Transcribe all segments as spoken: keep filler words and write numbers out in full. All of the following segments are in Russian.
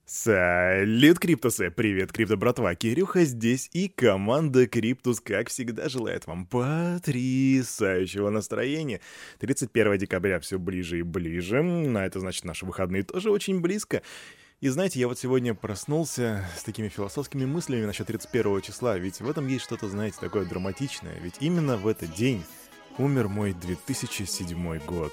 Салют, Криптусы! Привет, Крипто братва! Кирюха здесь, и команда Криптус, как всегда, желает вам потрясающего настроения. тридцать первого декабря все ближе и ближе, а это значит, наши выходные тоже очень близко. И знаете, я вот сегодня проснулся с такими философскими мыслями насчет тридцать первого числа, ведь в этом есть что-то, знаете, такое драматичное, ведь именно в этот день умер мой две тысячи седьмой год.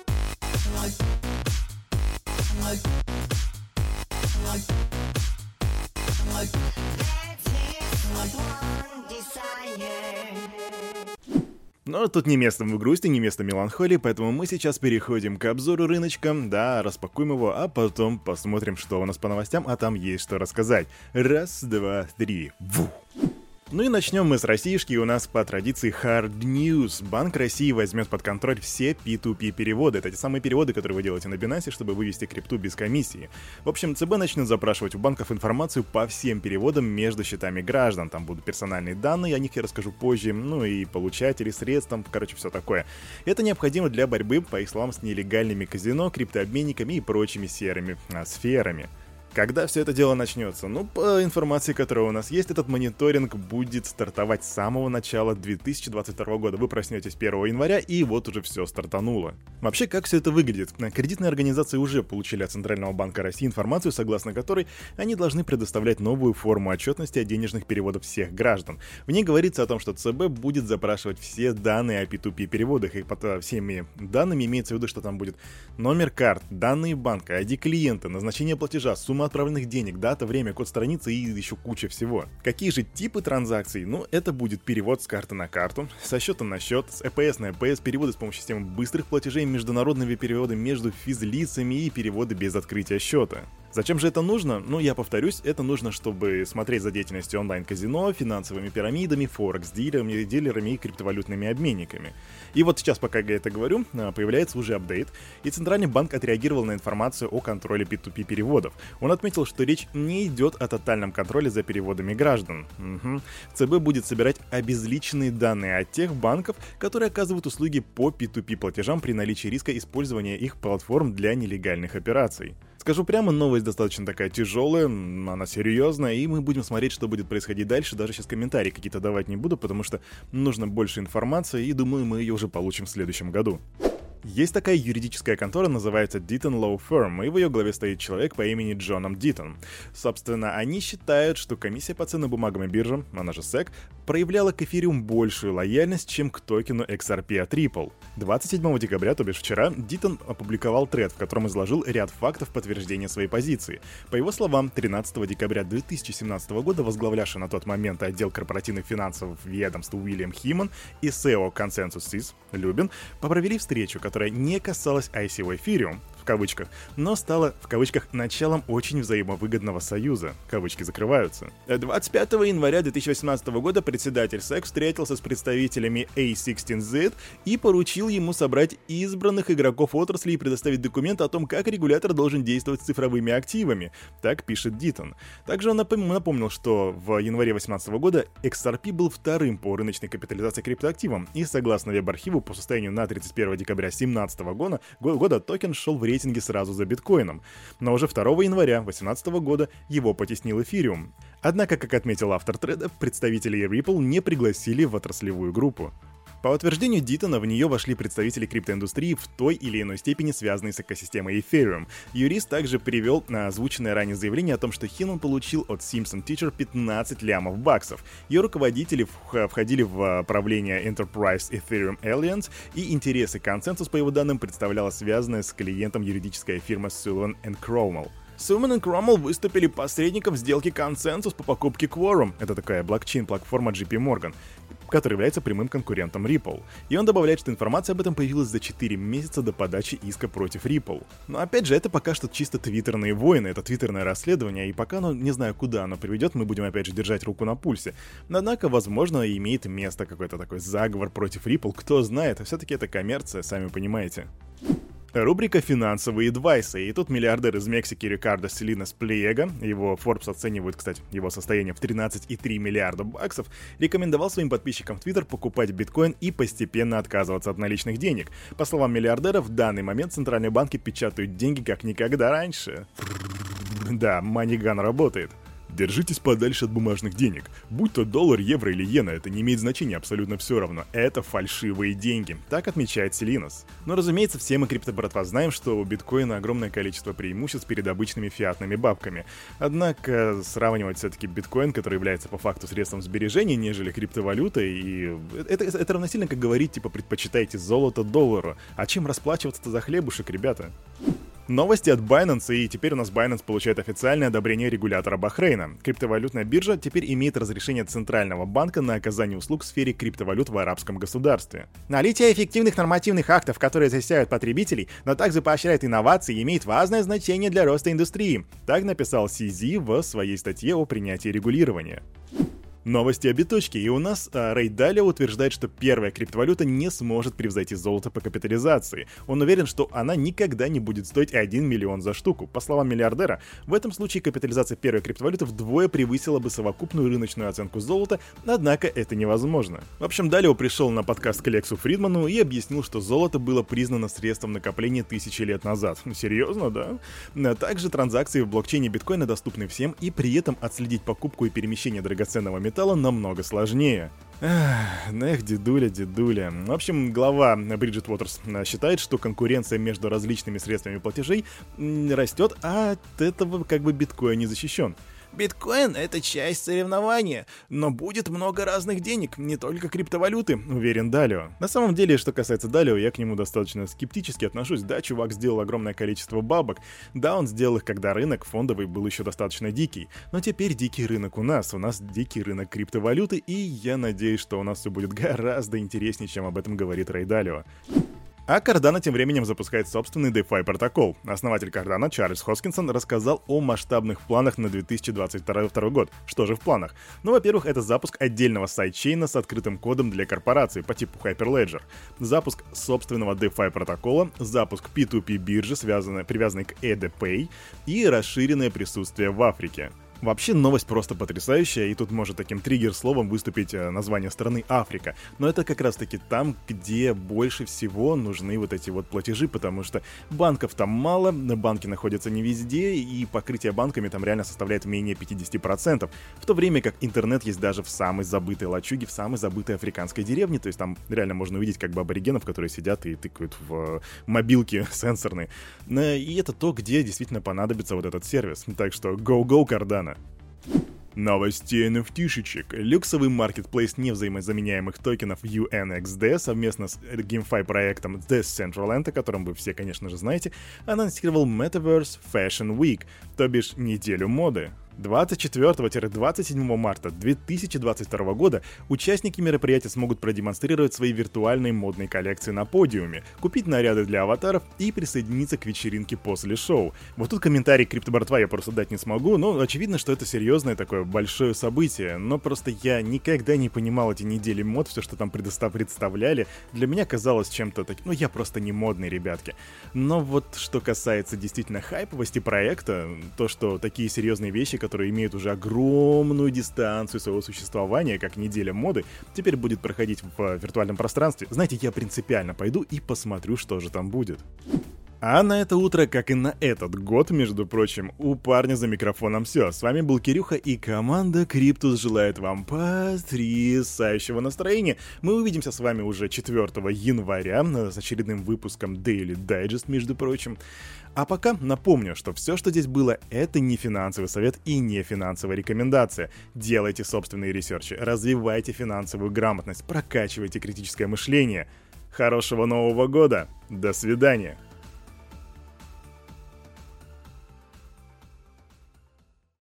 Но тут не место в грусти, не место меланхолии, поэтому мы сейчас переходим к обзору рыночка, да, распакуем его, а потом посмотрим, что у нас по новостям, а там есть что рассказать. Раз, два, три, ву! Ну и начнем мы с Россиишки, у нас по традиции Hard News. Банк России возьмет под контроль все пи ту пи переводы. Это те самые переводы, которые вы делаете на Binance, чтобы вывести крипту без комиссии. В общем, ЦБ начнет запрашивать у банков информацию по всем переводам между счетами граждан. Там будут персональные данные, о них я расскажу позже, ну и получатели средств, там, короче, все такое. Это необходимо для борьбы, по их словам, с нелегальными казино, криптообменниками и прочими серыми а, сферами. Когда все это дело начнется? Ну, по информации, которая у нас есть, этот мониторинг будет стартовать с самого начала две тысячи двадцать второго года. Вы проснетесь первого января, и вот уже все стартануло. Вообще, как все это выглядит? Кредитные организации уже получили от Центрального банка России информацию, согласно которой они должны предоставлять новую форму отчетности о денежных переводах всех граждан. В ней говорится о том, что ЦБ будет запрашивать все данные о пи ту пи переводах, и под всеми данными имеется в виду, что там будет номер карт, данные банка, ай ди клиента, назначение платежа, сумма отправленных денег, дата, время, код страницы и еще куча всего. Какие же типы транзакций? Ну, это будет перевод с карты на карту, со счета на счет, с э пэ эс на э пэ эс, переводы с помощью системы быстрых платежей, международные переводы между физлицами и переводы без открытия счета. Зачем же это нужно? Ну, я повторюсь, это нужно, чтобы смотреть за деятельностью онлайн-казино, финансовыми пирамидами, форекс-дилерами, дилерами и криптовалютными обменниками. И вот сейчас, пока я это говорю, появляется уже апдейт, и Центральный банк отреагировал на информацию о контроле пи ту пи переводов. Он отметил, что речь не идет о тотальном контроле за переводами граждан. Угу. ЦБ будет собирать обезличенные данные от тех банков, которые оказывают услуги по пи ту пи платежам при наличии риска использования их платформ для нелегальных операций. Скажу прямо, новость достаточно такая тяжелая, она серьезная, и мы будем смотреть, что будет происходить дальше. Даже сейчас комментарии какие-то давать не буду, потому что нужно больше информации, и думаю, мы ее уже получим в следующем году. Есть такая юридическая контора, называется Ditton Law Firm, и в ее главе стоит человек по имени Джоном Диттон. Собственно, они считают, что комиссия по ценным бумагам и биржам, она же сек, проявляла к эфириум большую лояльность, чем к токену икс ар пи от Ripple. двадцать седьмого декабря, то бишь вчера, Диттон опубликовал тред, в котором изложил ряд фактов подтверждения своей позиции. По его словам, тринадцатого декабря две тысячи семнадцатого года возглавлявший на тот момент отдел корпоративных финансов ведомства Уильям Химан и эс и о Consensus Sys Любин провели встречу, которая не касалась ай си о Ethereum, в кавычках, но стала, в кавычках, началом очень взаимовыгодного союза, кавычки закрываются. двадцать пятого января две тысячи восемнадцатого года председатель сек встретился с представителями эй шестнадцать зет и поручил ему собрать избранных игроков отрасли и предоставить документ о том, как регулятор должен действовать с цифровыми активами, так пишет Диттон. Также он напом- напомнил, что в январе две тысячи восемнадцатого года икс ар пи был вторым по рыночной капитализации криптоактивом, и согласно веб-архиву по состоянию на тридцать первого декабря две тысячи семнадцатого года, года токен шел в рейтинге сразу за биткоином, но уже второго января две тысячи восемнадцатого года его потеснил эфириум. Однако, как отметил автор треда, представителей Ripple не пригласили в отраслевую группу. По утверждению Диттона, в нее вошли представители криптоиндустрии в той или иной степени, связанные с экосистемой Ethereum. Юрист также привел на озвученное ранее заявление о том, что Хинман получил от Simpson Teacher пятнадцать лямов баксов. Ее руководители входили в правление Enterprise Ethereum Alliance, и интересы Consensus, по его данным, представляла связанная с клиентом юридическая фирма Sullivan энд Cromwell. Sullivan энд Cromwell выступили посредником в сделке Consensus по покупке Quorum, это такая блокчейн-платформа джей пи Morgan, который является прямым конкурентом Ripple. И он добавляет, что информация об этом появилась за четыре месяца до подачи иска против Ripple. Но опять же, это пока что чисто твиттерные войны, это твиттерное расследование, и пока оно, не знаю, куда оно приведет, мы будем опять же держать руку на пульсе. Однако, возможно, имеет место какой-то такой заговор против Ripple, кто знает, а все-таки это коммерция, сами понимаете. Рубрика «Финансовые адвайсы». И тут миллиардер из Мексики Рикардо Селинес Плиего, его Forbes оценивает, кстати, его состояние в тринадцать целых три миллиарда баксов, рекомендовал своим подписчикам в Твиттер покупать биткоин и постепенно отказываться от наличных денег. По словам миллиардера, в данный момент центральные банки печатают деньги как никогда раньше. Да, маниган работает. Держитесь подальше от бумажных денег. Будь то доллар, евро или иена, это не имеет значения, абсолютно все равно. Это фальшивые деньги, так отмечает Селинос. Но разумеется, все мы криптобратва знаем, что у биткоина огромное количество преимуществ перед обычными фиатными бабками. Однако сравнивать все-таки биткоин, который является по факту средством сбережения, нежели криптовалютой, и это, это равносильно как говорить, типа, предпочитаете золото доллару. А чем расплачиваться-то за хлебушек, ребята? Новости от Binance, и теперь у нас Binance получает официальное одобрение регулятора Бахрейна. Криптовалютная биржа теперь имеет разрешение Центрального банка на оказание услуг в сфере криптовалют в арабском государстве. Наличие эффективных нормативных актов, которые защищают потребителей, но также поощряют инновации, имеет важное значение для роста индустрии. Так написал си зет в своей статье о принятии регулирования. Новости о биточке, и у нас а, Рэй Далио утверждает, что первая криптовалюта не сможет превзойти золото по капитализации. Он уверен, что она никогда не будет стоить один миллион за штуку. По словам миллиардера, в этом случае капитализация первой криптовалюты вдвое превысила бы совокупную рыночную оценку золота, однако это невозможно. В общем, Далио пришел на подкаст к Лексу Фридману и объяснил, что золото было признано средством накопления тысячи лет назад. Серьезно, да? Также транзакции в блокчейне биткоина доступны всем, и при этом отследить покупку и перемещение драгоценного металла стало намного сложнее. Эх, эх, дедуля, дедуля. В общем, глава Бриджит Уотерс считает, что конкуренция между различными средствами платежей растет, а от этого как бы биткоин не защищен. Биткоин — это часть соревнования, но будет много разных денег, не только криптовалюты, уверен Далио. На самом деле, что касается Далио, я к нему достаточно скептически отношусь. Да, чувак сделал огромное количество бабок, да, он сделал их, когда рынок фондовый был еще достаточно дикий, но теперь дикий рынок у нас, у нас дикий рынок криптовалюты, и я надеюсь, что у нас все будет гораздо интереснее, чем об этом говорит Рэй Далио. А Cardano тем временем запускает собственный DeFi протокол. Основатель Cardano Чарльз Хоскинсон рассказал о масштабных планах на две тысячи двадцать второй год. Что же в планах? Ну, во-первых, это запуск отдельного сайдчейна с открытым кодом для корпораций по типу Hyperledger, запуск собственного DeFi протокола, запуск пи ту пи биржи, связанной, привязанной к и ди пэй, и расширенное присутствие в Африке. Вообще новость просто потрясающая, и тут может таким триггер-словом выступить название страны Африка. Но это как раз-таки там, где больше всего нужны вот эти вот платежи, потому что банков там мало, банки находятся не везде, и покрытие банками там реально составляет менее пятьдесят процентов. В то время как интернет есть даже в самой забытой лачуге, в самой забытой африканской деревне, то есть там реально можно увидеть как бы аборигенов, которые сидят и тыкают в мобилки сенсорные. И это то, где действительно понадобится вот этот сервис. Так что go-go, Cardano. Новости эн эф ти-шечек. Люксовый маркетплейс невзаимозаменяемых токенов ю эн икс ди совместно с GameFi проектом Decentraland, о котором вы все, конечно же, знаете, анонсировал Metaverse Fashion Week, то бишь неделю моды. двадцать четвёртого — двадцать седьмого марта две тысячи двадцать второго года участники мероприятия смогут продемонстрировать свои виртуальные модные коллекции на подиуме, купить наряды для аватаров и присоединиться к вечеринке после шоу. Вот тут комментарий криптобратва я просто дать не смогу, но очевидно, что это серьезное такое большое событие, но просто я никогда не понимал эти недели мод, все, что там предостав- представляли, для меня казалось чем-то таким, ну я просто не модный, ребятки. Но вот что касается действительно хайповости проекта, то, что такие серьезные вещи, которые которые имеют уже огромную дистанцию своего существования, как неделя моды, теперь будет проходить в виртуальном пространстве. Знаете, я принципиально пойду и посмотрю, что же там будет. А на это утро, как и на этот год, между прочим, у парня за микрофоном все. С вами был Кирюха, и команда Криптус желает вам потрясающего настроения. Мы увидимся с вами уже четвёртого января с очередным выпуском Daily Digest, между прочим. А пока напомню, что все, что здесь было, это не финансовый совет и не финансовая рекомендация. Делайте собственные ресерчи, развивайте финансовую грамотность, прокачивайте критическое мышление. Хорошего Нового года! До свидания!